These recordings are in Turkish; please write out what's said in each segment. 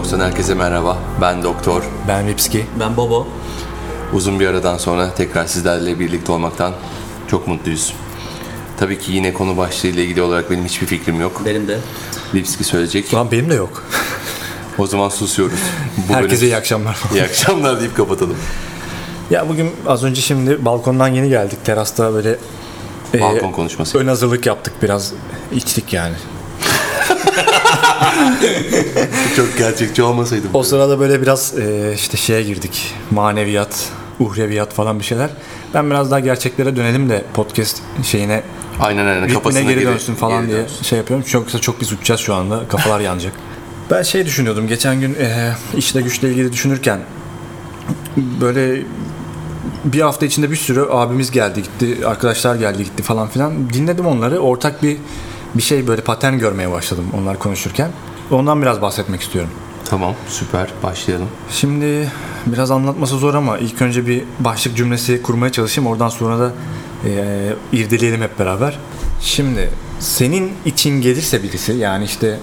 Doktor'san herkese merhaba. Ben Doktor. Ben Vipski. Ben Bobo. Uzun bir aradan sonra tekrar sizlerle birlikte olmaktan çok mutluyuz. Tabii ki yine konu başlığıyla ilgili olarak benim hiçbir fikrim yok. Benim de. Vipski söyleyecek. Ulan benim de yok. O zaman susuyoruz. Herkese iyi akşamlar. İyi akşamlar deyip kapatalım. Ya bugün az önce şimdi balkondan yeni geldik. Terasta böyle balkon konuşması. Ön hazırlık yaptık, biraz içtik yani. Çok gerçekçi olmasaydı. O sırada böyle biraz işte şeye girdik. Maneviyat, uhreviyat falan bir şeyler. Ben biraz daha gerçeklere dönelim de podcast şeyine aynen kafasına geri dönsün falan geri diye dönsün. Şey yapıyorum. Çok biz uçacağız şu anda. Kafalar yanacak. Ben şey düşünüyordum. Geçen gün işle güçle ilgili düşünürken böyle bir hafta içinde bir sürü abimiz geldi gitti, arkadaşlar geldi gitti falan filan. Dinledim onları. Ortak bir şey, böyle patern görmeye başladım onlar konuşurken. Ondan biraz bahsetmek istiyorum. Tamam, süper. Başlayalım. Şimdi biraz anlatması zor ama ilk önce bir başlık cümlesi kurmaya çalışayım. Oradan sonra da irdeleyelim hep beraber. Şimdi senin için gelirse birisi, yani işte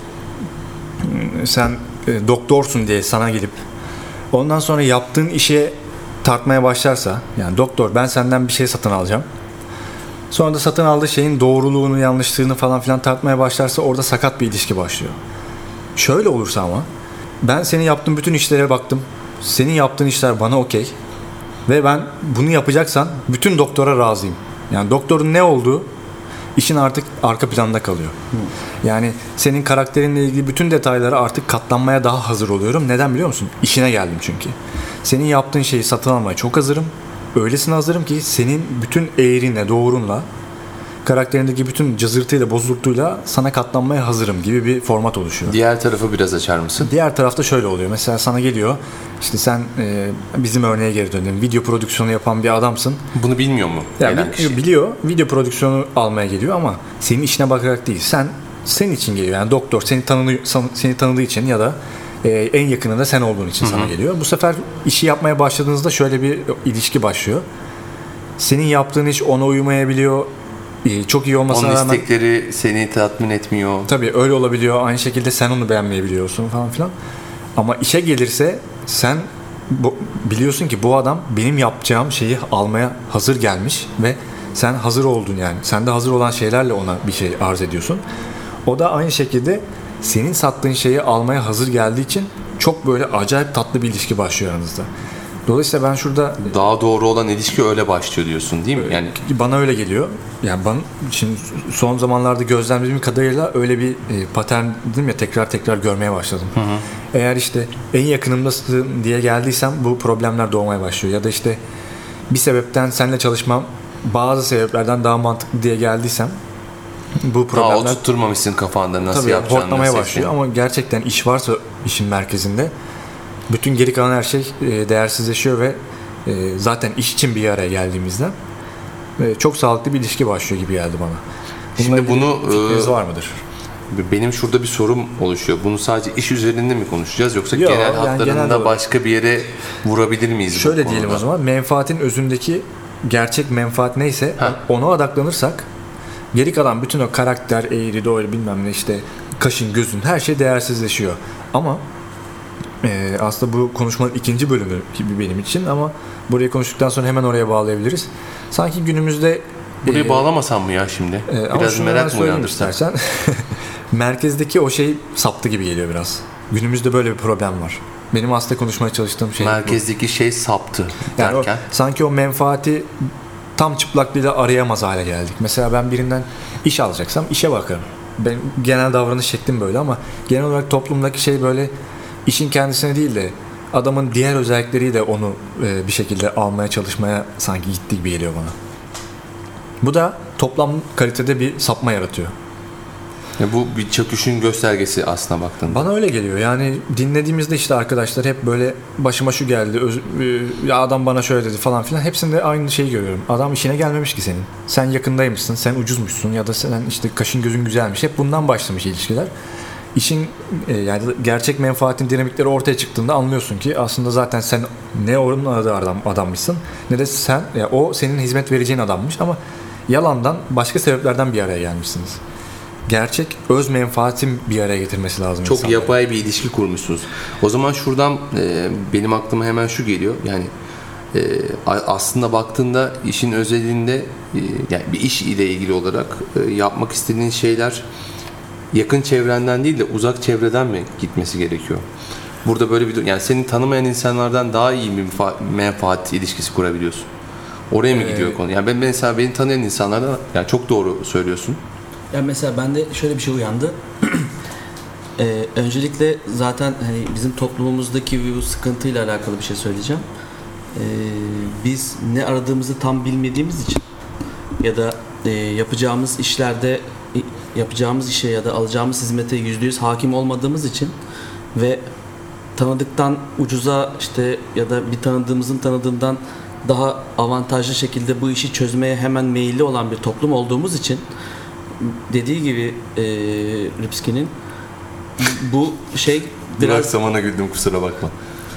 sen doktorsun diye sana gelip ondan sonra yaptığın işe tartmaya başlarsa, yani doktor ben senden bir şey satın alacağım. Sonra da satın aldığı şeyin doğruluğunu, yanlışlığını falan filan tartmaya başlarsa orada sakat bir ilişki başlıyor. Şöyle olursa ama ben senin yaptığın bütün işlere baktım. Senin yaptığın işler bana okey. Ve ben bunu yapacaksan bütün doktora razıyım. Yani doktorun ne olduğu işin artık arka planda kalıyor. Yani senin karakterinle ilgili bütün detaylara artık katlanmaya daha hazır oluyorum. Neden biliyor musun? İşine geldim çünkü. Senin yaptığın şeyi satın almaya çok hazırım. Öylesine hazırım ki senin bütün eğrinle, doğrunla, karakterindeki bütün cızırtıyla, bozultuyla sana katlanmaya hazırım gibi bir format oluşuyor. Diğer tarafı biraz açar mısın? Diğer tarafta şöyle oluyor. Mesela sana geliyor, işte sen bizim örneğe geri dönelim. Video prodüksiyonu yapan bir adamsın. Bunu bilmiyor mu? Yani biliyor, video prodüksiyonu almaya geliyor ama senin işine bakarak değil. Senin için geliyor. Yani doktor seni tanıdığı için ya da en yakınında sen olduğun için sana geliyor. Bu sefer işi yapmaya başladığınızda şöyle bir ilişki başlıyor. Senin yaptığın iş ona uymayabiliyor. Çok iyi olmasına rağmen. Onun istekleri seni tatmin etmiyor. Tabii öyle olabiliyor. Aynı şekilde sen onu beğenmeyebiliyorsun falan filan. Ama işe gelirse sen biliyorsun ki bu adam benim yapacağım şeyi almaya hazır gelmiş ve sen hazır oldun yani. Sen de hazır olan şeylerle ona bir şey arz ediyorsun. O da aynı şekilde senin sattığın şeyi almaya hazır geldiği için çok böyle acayip tatlı bir ilişki başlıyor aranızda. Dolayısıyla ben şurada daha doğru olan ilişki öyle başlıyor diyorsun değil mi? Yani bana öyle geliyor. Yani şimdi son zamanlarda gözlemlediğim kadarıyla öyle bir patern dedim ya, tekrar görmeye başladım. Eğer işte en yakınımdasın diye geldiysem bu problemler doğmaya başlıyor. Ya da işte bir sebepten seninle çalışmam bazı sebeplerden daha mantıklı diye geldiysem bu problemler daha oturtturmamışsın kafanda nasıl yapacağını. Hortlamaya başlıyor ama gerçekten iş varsa işin merkezinde bütün geri kalan her şey değersizleşiyor ve zaten iş için bir araya geldiğimizde çok sağlıklı bir ilişki başlıyor gibi geldi bana. Şimdi bunu fikriniz var mıdır? Benim şurada bir sorum oluşuyor. Bunu sadece iş üzerinde mi konuşacağız yoksa genel hatlarında başka bir yere vurabilir miyiz? Şöyle diyelim o zaman. Menfaatin özündeki gerçek menfaat neyse ona odaklanırsak geri kalan bütün o karakter, eğri, doğru bilmem ne, işte kaşın, gözün, her şey değersizleşiyor. Ama aslında bu konuşmanın ikinci bölümü gibi benim için ama burayı konuştuktan sonra hemen oraya bağlayabiliriz. Sanki günümüzde burayı bağlamasam mı ya şimdi? Biraz merak mı uyandırsan? Merkezdeki o şey saptı gibi geliyor biraz. Günümüzde böyle bir problem var. Benim aslında konuşmaya çalıştığım şey merkezdeki şey saptı derken. Sanki o menfaati tam çıplaklığıyla arayamaz hale geldik. Mesela ben birinden iş alacaksam işe bakarım. Benim genel davranış şeklim böyle ama genel olarak toplumdaki şey böyle işin kendisine değil de adamın diğer özellikleriyle onu bir şekilde almaya çalışmaya sanki gittiği gibi geliyor bana. Bu da toplam kalitede bir sapma yaratıyor. Bu bir çöküşün göstergesi aslına baktığında. Bana öyle geliyor. Yani dinlediğimizde işte arkadaşlar hep böyle başıma şu geldi, ya adam bana şöyle dedi falan filan. Hepsinde aynı şeyi görüyorum. Adam işine gelmemiş ki senin. Sen yakındaymışsın, sen ucuzmuşsun ya da sen işte kaşın gözün güzelmiş. Hep bundan başlamış ilişkiler. İşin yani gerçek menfaatin dinamikleri ortaya çıktığında anlıyorsun ki aslında zaten sen ne onun aradığı adammışsın ne de sen o senin hizmet vereceğin adammış ama yalandan başka sebeplerden bir araya gelmişsiniz. gerçek öz menfaatin bir araya getirmesi lazım. Çok insanların. yapay bir ilişki kurmuşsunuz. O zaman şuradan benim aklıma hemen şu geliyor. Yani aslında baktığında işin özelinde yani bir iş ile ilgili olarak yapmak istediğin şeyler yakın çevrenden değil de uzak çevreden mi gitmesi gerekiyor? Burada böyle bir yani seni tanımayan insanlardan daha iyi bir menfaat ilişkisi kurabiliyorsun. Oraya mı gidiyor konu? Yani ben mesela beni tanıyan insanlardan yani çok doğru söylüyorsun. Yani mesela bende şöyle bir şey uyandı. Öncelikle zaten hani bizim toplumumuzdaki bu sıkıntıyla alakalı bir şey söyleyeceğim. Biz ne aradığımızı tam bilmediğimiz için ya da yapacağımız işlerde yapacağımız işe ya da alacağımız hizmete %100 hakim olmadığımız için ve tanıdıktan ucuza işte ya da bir tanıdığımızın tanıdığından daha avantajlı şekilde bu işi çözmeye hemen meyilli olan bir toplum olduğumuz için dediği gibi Lipski'nin bu şey Biraz zamana güldüm, kusura bakma.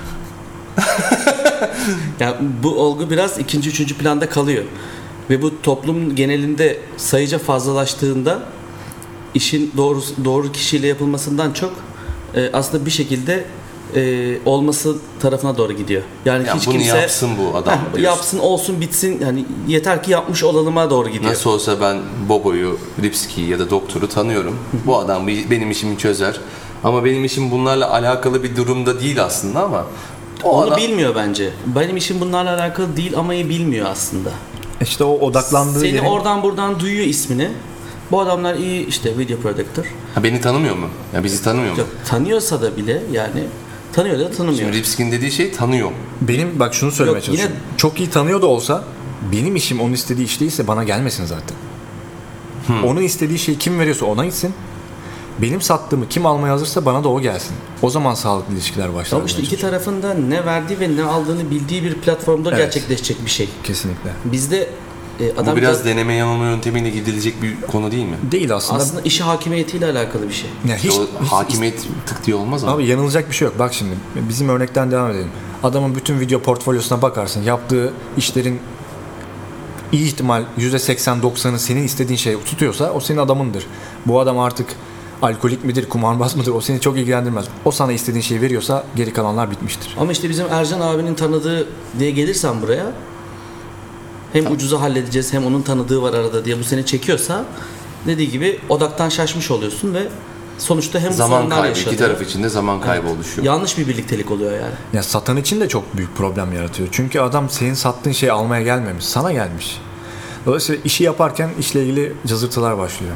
yani bu olgu biraz ikinci, üçüncü planda kalıyor. Ve bu toplum genelinde sayıca fazlalaştığında işin doğru kişiyle yapılmasından çok aslında bir şekilde olması tarafına doğru gidiyor. Yani hiç bunu kimse yapsın bu adam. yapsın, olsun, bitsin. Yani yeter ki yapmış olalıma doğru gidiyor. Nasıl olsa ben Bobo'yu, Lipski'yi ya da doktoru tanıyorum. Bu adam benim işimi çözer. Ama benim işim bunlarla alakalı bir durumda değil aslında ama onu bilmiyor bence. Benim işim bunlarla alakalı değil ama bilmiyor aslında. İşte o odaklandığı Seni yerin... oradan buradan duyuyor ismini. Bu adamlar iyi işte video produktör. Beni tanımıyor mu? Ya bizi tanımıyor mu? Yok, tanıyorsa da bile yani tanıyor da tanımıyor. Şimdi Lipski'nin dediği şey tanıyor. Benim bak şunu söylemeye Yok, çalışıyorum. Çok iyi tanıyor da olsa benim işim onun istediği iş değilse bana gelmesin zaten. Onun istediği şeyi kim veriyorsa ona gitsin. Benim sattığımı kim almaya hazırsa bana da o gelsin. O zaman sağlıklı ilişkiler başlar. Ama işte iki tarafın da ne verdiği ve ne aldığını bildiği bir platformda Evet. gerçekleşecek bir şey. Kesinlikle. Bizde adam Bu biraz deneme yanılma yöntemiyle gidilecek bir konu değil mi? Değil aslında. aslında işi hakimiyetiyle alakalı bir şey. Yani hiç, O hakimiyet tık diye olmaz ama. abi yanılacak bir şey yok. Bak şimdi bizim örnekten devam edelim. Adamın bütün video portfolyosuna bakarsın. Yaptığı işlerin iyi ihtimal %80-90'ı senin istediğin şey tutuyorsa o senin adamındır. Bu adam artık alkolik midir, kumarbaz mıdır o seni çok ilgilendirmez. O sana istediğin şeyi veriyorsa geri kalanlar bitmiştir. Ama işte bizim Ercan abinin tanıdığı diye gelirsen buraya hem ucuza halledeceğiz hem onun tanıdığı var arada diye bu seni çekiyorsa dediği gibi odaktan şaşmış oluyorsun ve sonuçta hem Zaman sorunlar kaybı. yaşanıyor. İki taraf için de zaman kaybı oluşuyor. Yanlış bir birliktelik oluyor yani. Ya satan için de çok büyük problem yaratıyor. Çünkü adam senin sattığın şeyi almaya gelmemiş. Sana gelmiş. Dolayısıyla işi yaparken işle ilgili cızırtılar başlıyor.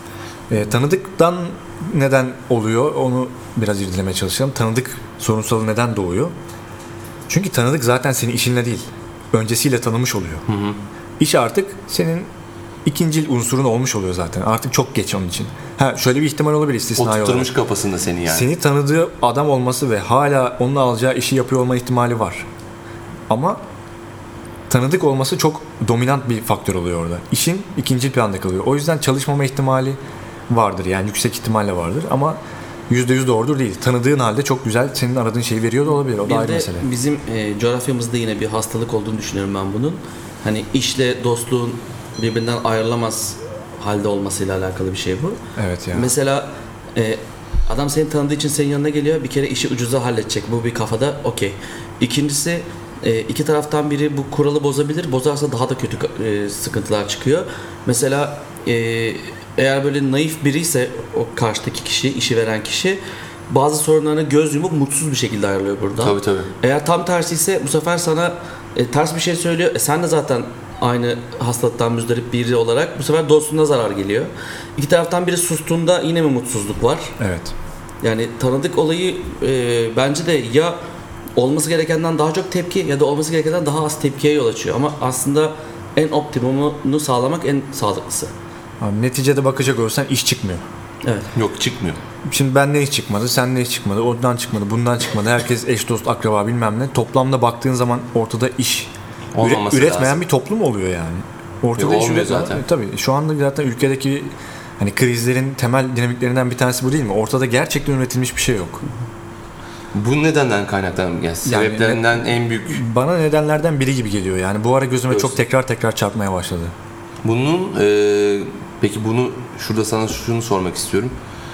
Tanıdıktan neden oluyor onu biraz irdelemeye çalışalım. Tanıdık sorunsalı neden doğuyor? Çünkü tanıdık zaten senin işinle değil. Öncesiyle tanımış oluyor. İş artık senin ikincil unsurun olmuş oluyor zaten. Artık çok geç onun için. Şöyle bir ihtimal olabilir istisnai olarak. Oturtmuş kafasında seni yani. Seni tanıdığı adam olması ve hala onun alacağı işi yapıyor olma ihtimali var. Ama tanıdık olması çok dominant bir faktör oluyor orada. İşin ikinci planda kalıyor. O yüzden çalışmama ihtimali vardır. Yani yüksek ihtimalle vardır ama %100 doğrudur değil. Tanıdığın halde çok güzel senin aradığın şeyi veriyor da olabilir. O da Bir ayrı de mesele. bizim coğrafyamızda yine bir hastalık olduğunu düşünüyorum ben bunun. Hani işle dostluğun birbirinden ayrılamaz halde olmasıyla alakalı bir şey bu. Evet ya. Mesela adam seni tanıdığı için senin yanına geliyor. Bir kere işi ucuza halledecek. Bu bir kafada okey. İkincisi iki taraftan biri bu kuralı bozabilir. Bozarsa daha da kötü sıkıntılar çıkıyor. Mesela eğer böyle naif biri ise o karşıdaki kişi, işi veren kişi bazı sorunlarına göz yumup mutsuz bir şekilde ayrılıyor buradan. Tabii. Eğer tam tersi ise bu sefer sana ters bir şey söylüyor. Sen de zaten aynı hastalıktan müzdarip biri olarak bu sefer dostluğuna zarar geliyor. İki taraftan biri sustuğunda yine mi mutsuzluk var? Evet. Yani tanıdık olayı bence de ya olması gerekenden daha çok tepki ya da olması gerekenden daha az tepkiye yol açıyor. Ama aslında en optimumunu sağlamak en sağlıklısı. Abi, neticede bakacak olursan iş çıkmıyor. Evet. Yok, çıkmıyor. Şimdi benden hiç çıkmadı, senden hiç çıkmadı, oradan çıkmadı, bundan çıkmadı. Herkes eş dost, akraba bilmem ne. Toplamda baktığın zaman ortada iş Olmaması üretmeyen lazım. bir toplum oluyor yani. Ortada iş olmuyor zaten. Tabii şu anda zaten ülkedeki hani krizlerin temel dinamiklerinden bir tanesi bu değil mi? Ortada gerçekten üretilmiş bir şey yok. Bu nedenden kaynaklanan yani sebeplerinden en büyük. Bana nedenlerden biri gibi geliyor yani. Bu ara gözüme Diyorsun. çok tekrar çarpmaya başladı. Bunun peki bunu şurada sana şunu sormak istiyorum.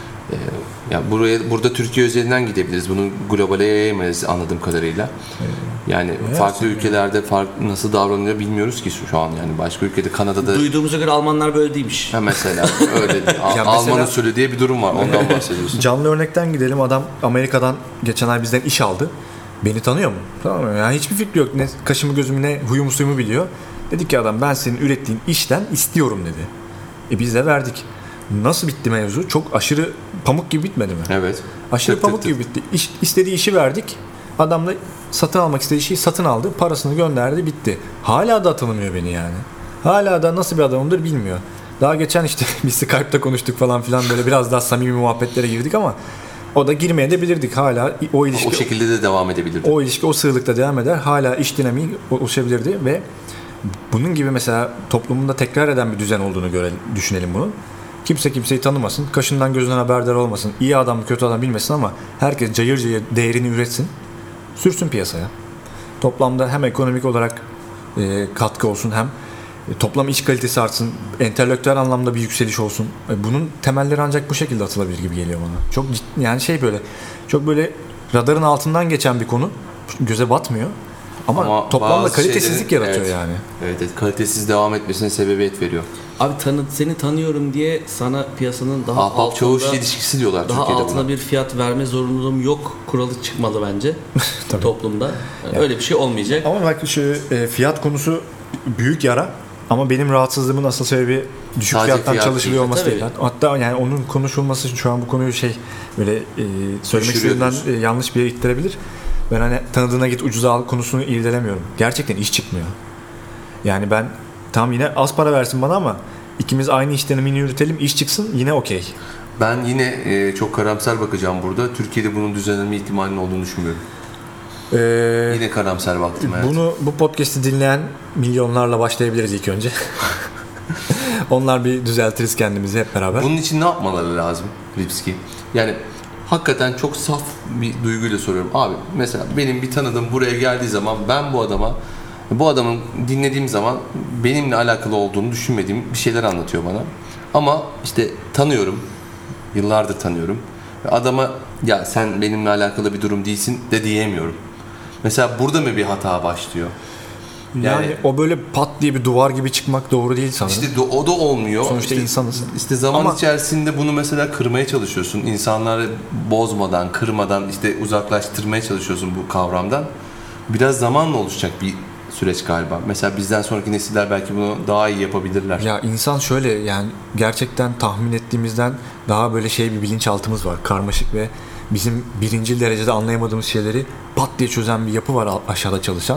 Ya burada Türkiye özelinden gidebiliriz. Bunu globale yayamayız anladığım kadarıyla. Yani farklı ülkelerde nasıl davranıyor bilmiyoruz ki şu an, yani başka ülkede, Kanada'da. Duyduğumuza göre Almanlar böyle değilmiş. Mesela öyle Alman usulü diye bir durum var. Ondan bahsediyorsun. Canlı örnekten gidelim. Adam Amerika'dan geçen ay bizden iş aldı. Beni tanıyor mu? Tamam mı? Yani hiçbir fikri yok. Ne kaşımı gözümü ne huyumu suyumu biliyor. Dedi ki adam, ben senin ürettiğin işten istiyorum dedi. Biz de verdik. Nasıl bitti mevzu? Çok aşırı pamuk gibi bitmedi mi? Evet. Aşırı pamuk gibi bitti. İstediği işi verdik. Adam da satın almak istediği şeyi satın aldı. Parasını gönderdi, bitti. Hala da tanımıyor beni yani. Hala da nasıl bir adamımdır bilmiyor. Daha geçen işte biz Skype'ta konuştuk falan filan, böyle biraz daha samimi muhabbetlere girdik ama o da girmeye de bilirdik. Hala o ilişki o şekilde de devam edebilirdi. O ilişki o sığlıkta devam eder. Hala iş dinamiği oluşabilirdi ve bunun gibi mesela toplumunda tekrar eden bir düzen olduğunu düşünelim bunu. Kimse kimseyi tanımasın, kaşından gözünden haberdar olmasın, iyi adam mı kötü adam bilmesin ama herkes cayır cayır değerini üretsin, sürsün piyasaya. Toplamda hem ekonomik olarak katkı olsun, hem toplam iş kalitesi artsın, entelektüel anlamda bir yükseliş olsun. Bunun temelleri ancak bu şekilde atılabilir gibi geliyor bana. Çok yani böyle çok böyle radarın altından geçen bir konu, göze batmıyor. Ama toplamda kalitesizlik yaratıyor yani. Evet, kalitesiz devam etmesine sebebiyet veriyor. Abi seni tanıyorum diye sana piyasanın daha altında, çavuş ilişkisi diyorlar daha Türkiye'de altına buna. Bir fiyat verme zorunluluğum yok kuralı çıkmalı bence toplumda. Öyle bir şey olmayacak. Ama bak şu fiyat konusu büyük yara. Ama benim rahatsızlığımın asıl sebebi düşük sadece fiyattan çalışılıyor olması değil. Hatta yani onun konuşulması şu an bu konuyu böyle söylemek istediğimden yanlış bir yere ittirebilir. Ben hani tanıdığına git ucuza al konusunu irdelemiyorum. Gerçekten iş çıkmıyor. Yani ben tam yine az para versin bana ama ikimiz aynı iş denemini yürütelim, iş çıksın, yine okey. Ben yine çok karamsar bakacağım burada. Türkiye'de bunun düzenlenme ihtimalinin olduğunu düşünmüyorum. Yine karamsar baktım. Evet. Bu podcast'i dinleyen milyonlarla başlayabiliriz ilk önce. Onlar bir düzeltiriz kendimizi hep beraber. Bunun için ne yapmaları lazım Lipski? Yani hakikaten çok saf bir duyguyla soruyorum. Abi mesela benim bir tanıdığım buraya geldiği zaman ben bu adamın dinlediğim zaman benimle alakalı olduğunu düşünmediğim bir şeyler anlatıyor bana. Ama işte tanıyorum. Yıllardır tanıyorum. Ve adama ya sen benimle alakalı bir durum değilsin de diyemiyorum. Mesela burada mı bir hata başlıyor? Yani o böyle pat diye bir duvar gibi çıkmak doğru değil sanırım. İşte o da olmuyor. Sonuçta insanız. İşte zaman içerisinde bunu mesela kırmaya çalışıyorsun. İnsanları bozmadan, kırmadan işte uzaklaştırmaya çalışıyorsun bu kavramdan. Biraz zamanla oluşacak bir süreç galiba. Mesela bizden sonraki nesiller belki bunu daha iyi yapabilirler. Ya insan şöyle, yani gerçekten tahmin ettiğimizden daha böyle bir bilinçaltımız var. Karmaşık ve bizim birincil derecede anlayamadığımız şeyleri pat diye çözen bir yapı var aşağıda çalışan.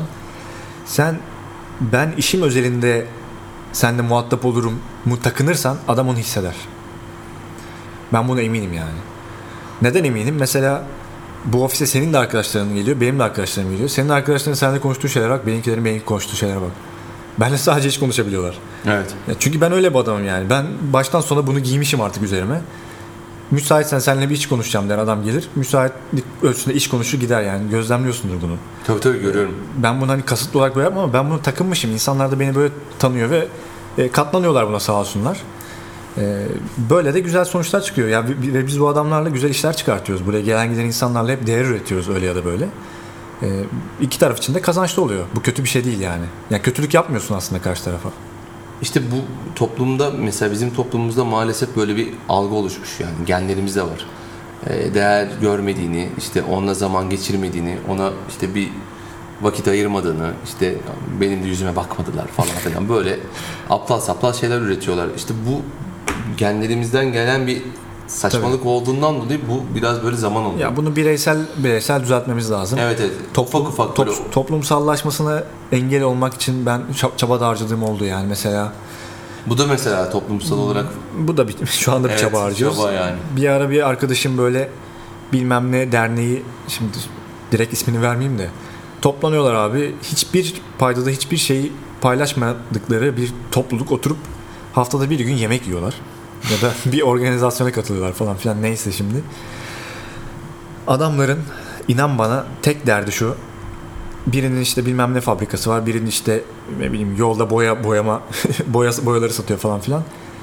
Ben işim özelinde seninle muhatap olurum mu takınırsan adam onu hisseder. Ben buna eminim yani. Neden eminim? Mesela bu ofise senin de arkadaşların geliyor, benim de arkadaşlarım geliyor. Senin arkadaşların seninle konuştuğu şeylere bak, benimkilerin benimle konuştuğu şeylere bak. Benle sadece hiç konuşabiliyorlar. Evet. Çünkü ben öyle bir adamım yani. Ben baştan sona bunu giymişim artık üzerime. Müsaitsen seninle bir iş konuşacağım der, adam gelir. Müsaitlik ölçüsünde iş konuşur gider yani. Gözlemliyorsundur bunu. Tabii görüyorum. Ben bunu hani kasıtlı olarak böyle yapmam ama ben bunu takınmışım. İnsanlar da beni böyle tanıyor ve katlanıyorlar buna, sağ olsunlar. Böyle de güzel sonuçlar çıkıyor. Ya ve biz bu adamlarla güzel işler çıkartıyoruz. Buraya gelen giden insanlarla hep değer üretiyoruz öyle ya da böyle. İki taraf için de kazançlı oluyor. Bu kötü bir şey değil yani. Yani kötülük yapmıyorsun aslında karşı tarafa. İşte bu toplumda, mesela bizim toplumumuzda maalesef böyle bir algı oluşmuş, yani genlerimizde var. Değer görmediğini, işte onunla zaman geçirmediğini, ona işte bir vakit ayırmadığını, işte benim de yüzüme bakmadılar falan filan, böyle aptal saptal şeyler üretiyorlar. İşte bu genlerimizden gelen bir saçmalık Tabii. olduğundan dolayı bu biraz böyle zaman oluyor. Ya bunu bireysel düzeltmemiz lazım. Evet. Ufak toplumsallaşmasına engel olmak için ben çaba da harcadığım oldu yani mesela. Bu da mesela toplumsal olarak. Bu da şu anda bir çaba harcıyoruz. Çaba yani. Bir ara bir arkadaşım böyle bilmem ne derneği, şimdi direkt ismini vermeyeyim de, toplanıyorlar abi. Hiçbir paydada hiçbir şeyi paylaşmadıkları bir topluluk oturup haftada bir gün yemek yiyorlar. Ya da bir organizasyona katılıyorlar falan filan, neyse şimdi. Adamların inan bana tek derdi şu. Birinin işte bilmem ne fabrikası var. Birinin işte ne bileyim yolda boyaları satıyor falan filan.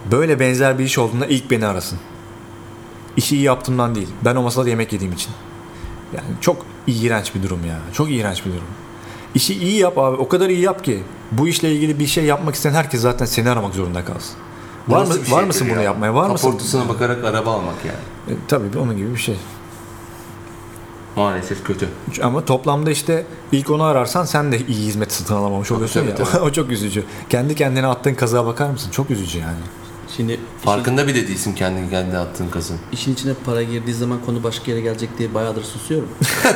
böyle benzer bir iş olduğunda ilk beni arasın. İşi iyi yaptığımdan değil. Ben o masada yemek yediğim için. Yani çok iğrenç bir durum ya. Çok iğrenç bir durum. İşi iyi yap abi. O kadar iyi yap ki bu işle ilgili bir şey yapmak isteyen herkes zaten seni aramak zorunda kalsın. Var mısın bunu yapmaya? Var mısın? Kaportasına bakarak araba almak yani. Tabii onun gibi bir şey. Maalesef kötü. Ama toplamda işte ilk onu ararsan sen de iyi hizmet satın alamamış oluyorsun ya. Tabii. O çok üzücü. Kendi kendine attığın kazığa bakar mısın? Çok üzücü yani. Şimdi Farkında bile değilsin kendine attığın kazın. işin içine para girdiği zaman konu başka yere gelecek diye bayağıdır susuyorum.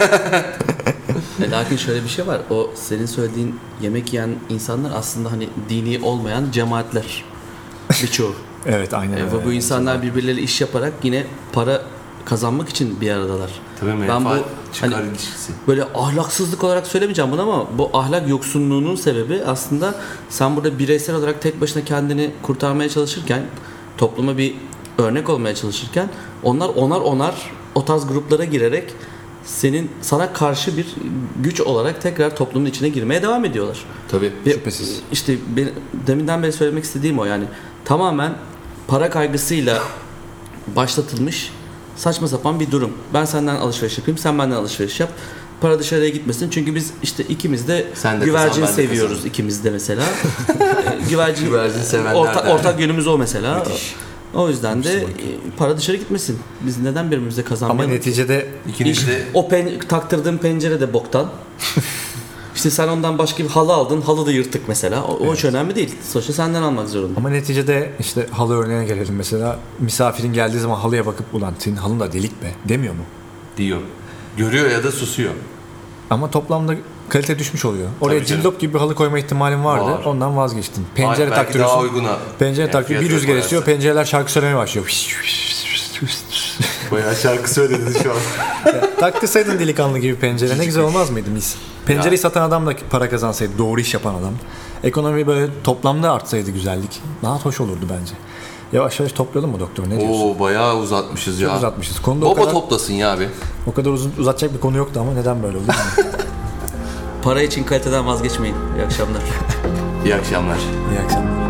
Lakin şöyle bir şey var. O senin söylediğin yemek yiyen insanlar aslında hani dini olmayan cemaatler. Birçoğu. Evet aynen öyle. Ve bu insanlar birbirleriyle iş yaparak yine para kazanmak için bir aradalar. Tabii menfaat çıkar ilişkisi. Böyle ahlaksızlık olarak söylemeyeceğim bunu ama bu ahlak yoksunluğunun sebebi aslında sen burada bireysel olarak tek başına kendini kurtarmaya çalışırken, topluma bir örnek olmaya çalışırken onlar o tarz gruplara girerek sana karşı bir güç olarak tekrar toplumun içine girmeye devam ediyorlar. Tabii. Ve şüphesiz. İşte deminden beri söylemek istediğim o, yani tamamen para kaygısıyla başlatılmış saçma sapan bir durum. Ben senden alışveriş yapayım, sen benden alışveriş yap. Para dışarıya gitmesin. Çünkü biz işte ikimiz de güvercin seviyoruz, ikimiz de mesela. güvercin sevenler ortak yönümüz o mesela. Müthiş. O yüzden de para dışarı gitmesin. Biz neden birbirimize kazanmayalım? Ama neticede taktırdığın pencere de boktan. İşte sen ondan başka bir halı aldın. Halı da yırtık mesela. O hiç önemli değil. Sonuçta senden almak zorunda. ama neticede işte halı örneğine gelelim mesela. Misafirin geldiği zaman halıya bakıp ulan senin halın da delik be demiyor mu? Diyor. Görüyor ya da susuyor. Ama toplamda kalite düşmüş oluyor. Oraya cillop gibi bir halı koyma ihtimalin vardı. Var. Ondan vazgeçtin. Pencere Belki taktırıyorsun. daha uyguna. Pencere taktırıyor. Bir rüzgar esiyor. Pencereler şarkı söylemeye başlıyor. Bayağı şarkı söyledin şu an. Taktırsaydın delikanlı gibi pencere. Ne güzel olmaz mıydı mis? Pencereyi satan adam da para kazansaydı. Doğru iş yapan adam. Ekonomi böyle toplamda artsaydı güzellik. Daha hoş olurdu bence. Yavaş yavaş toplayalım mı doktor? Ne diyorsun? Oo bayağı uzatmışız ya. Çok uzatmışız. Konuda Baba toplasın ya abi. o kadar uzatacak bir konu yoktu ama neden böyle oldu? Para için kaliteden vazgeçmeyin. İyi akşamlar. İyi akşamlar. İyi akşamlar.